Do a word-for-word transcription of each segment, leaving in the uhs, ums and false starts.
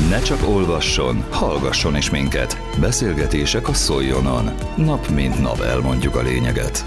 Ne csak olvasson, hallgasson is minket. Beszélgetések a Szoljonon. Nap mint nap elmondjuk a lényeget.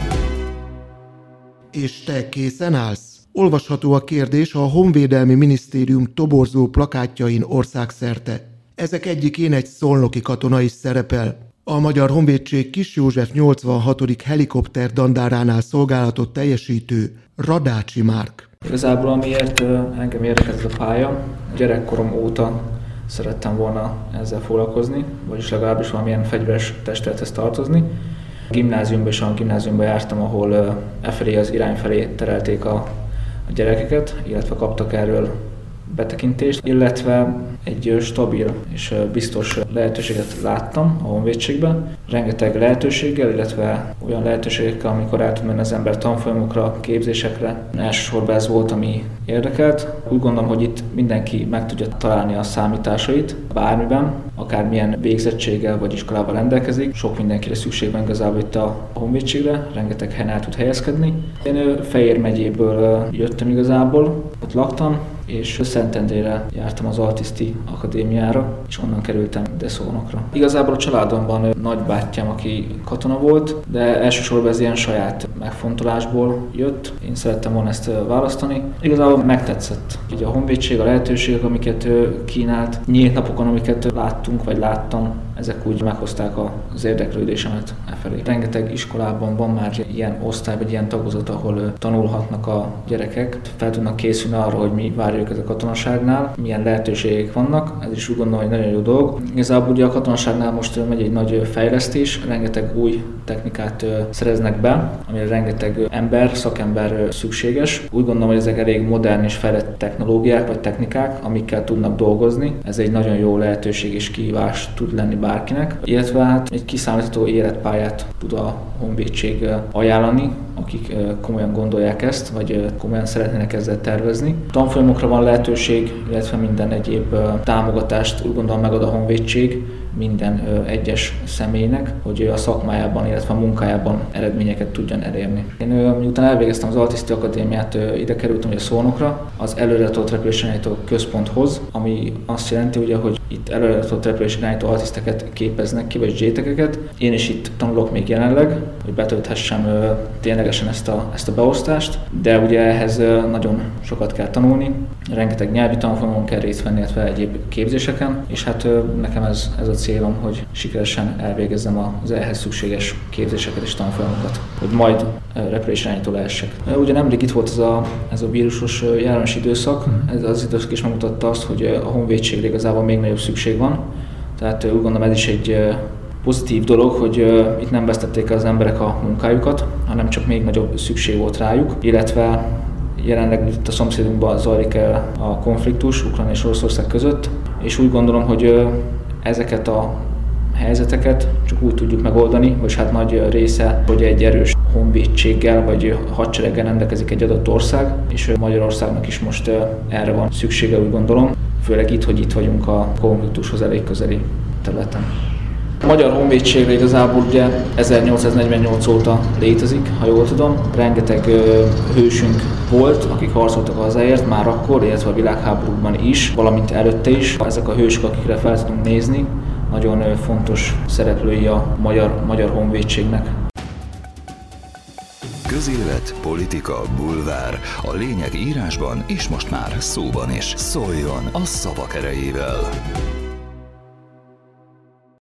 És te készen állsz? Olvasható a kérdés a Honvédelmi Minisztérium toborzó plakátjain országszerte. Ezek egyikén egy szolnoki katona is szerepel. A Magyar Honvédség Kis József nyolcvanhatodik helikopter dandáránál szolgálatot teljesítő Radácsi Márk. Igazából amiért engem érdekelt ez a pálya, gyerekkorom óta szerettem volna ezzel foglalkozni, vagyis legalábbis valamilyen fegyveres testülethez tartozni. A gimnáziumban és a gimnáziumban jártam, ahol e felé az irány felé terelték a, a gyerekeket, illetve kaptak erről betekintést, illetve egy stabil és biztos lehetőséget láttam a honvédségben. Rengeteg lehetőséggel, illetve olyan lehetőségekkel, amikor el tud menni az ember tanfolyamokra, képzésekre. Elsősorban ez volt, ami érdekelt. Úgy gondolom, hogy itt mindenki meg tudja találni a számításait bármiben, akármilyen végzettséggel vagy iskolával rendelkezik. Sok mindenkire szükség van igazából itt a honvédségre, rengeteg helyen el tud helyezkedni. Én Fejér megyéből jöttem igazából, ott laktam, és Szentendrére jártam az Altiszti Akadémiára, és onnan kerültem Deszolnokra. Igazából a családomban nagybátyám, aki katona volt, de elsősorban ez ilyen saját megfontolásból jött. Én szerettem volna ezt választani. Igazából megtetszett így a honvédség, a lehetőségek, amiket kínált, nyílt napokon, amiket láttunk, vagy láttam, ezek úgy meghozták az érdeklődésemet e felé. Rengeteg iskolában van már ilyen osztály, vagy ilyen tagozat, ahol tanulhatnak a gyerekek, fel tudnak készülni arra, hogy mi várja őket a katonaságnál, milyen lehetőségek vannak, ez is úgy gondolom, hogy nagyon jó dolog. Igazából ugye a katonaságnál most megy egy nagy fejlesztés, rengeteg új technikát szereznek be, amire rengeteg ember, szakember szükséges. Úgy gondolom, hogy ezek elég modern és fejlett technológiák vagy technikák, amikkel tudnak dolgozni. Ez egy nagyon jó lehetőség és kihívás tud lenni bárkinek, illetve hát egy kiszámítható életpályát tud a honvédség ajánlani, akik komolyan gondolják ezt, vagy komolyan szeretnének ezzel tervezni. Tanfolyamokra van lehetőség, illetve minden egyéb támogatást úgy gondolom megad a honvédség minden egyes személynek, hogy a szakmájában, illetve a munkájában eredményeket tudjon elérni. Én miután elvégeztem az Altiszti Akadémiát, ide kerültem ugye Szolnokra, az előretolt repülésirányító központhoz, ami azt jelenti, ugye, hogy itt előretolt repülésirányító altiszteket képeznek ki, vagy jétekeket. Én is itt tanulok még jelenleg, hogy betölthessem ténylegesen ezt a, ezt a beosztást, de ugye ehhez nagyon sokat kell tanulni, rengeteg nyelvi tanfolyamon kell részt venni, illetve egyéb képzéseken, és hát nekem ez, ez a célom, hogy sikeresen elvégezzem az ehhez szükséges képzéseket és tanfolyamokat, hogy majd repülésirányító lehessek. Ugye nemrég itt volt ez a, ez a vírusos járványos időszak, ez az időszak is megmutatta azt, hogy a honvédségre igazából még nagyobb szükség van, tehát úgy gondolom ez is egy pozitív dolog, hogy itt nem vesztették el az emberek a munkájukat, hanem csak még nagyobb szükség volt rájuk, illetve jelenleg itt a szomszédunkban zajlik el a konfliktus Ukrajna és Oroszország között, és úgy gondolom, hogy ezeket a helyzeteket csak úgy tudjuk megoldani, vagy hát nagy része, hogy egy erős honvédséggel vagy hadsereggel rendelkezik egy adott ország, és Magyarországnak is most erre van szüksége, úgy gondolom, főleg itt, hogy itt vagyunk a konfliktushoz elég közeli területen. A Magyar Honvédségre igazából ugye ezernyolcszáznegyvennyolc óta létezik, ha jól tudom. Rengeteg ö, hősünk volt, akik harcoltak hazáért már akkor, illetve a világháborúban is, valamint előtte is. Ezek a hősök, akikre fel tudunk nézni, nagyon ö, fontos szereplői a Magyar, Magyar Honvédségnek. Közélet, politika, bulvár. A lényeg írásban és most már szóban is. Szóljon a szavak erejével!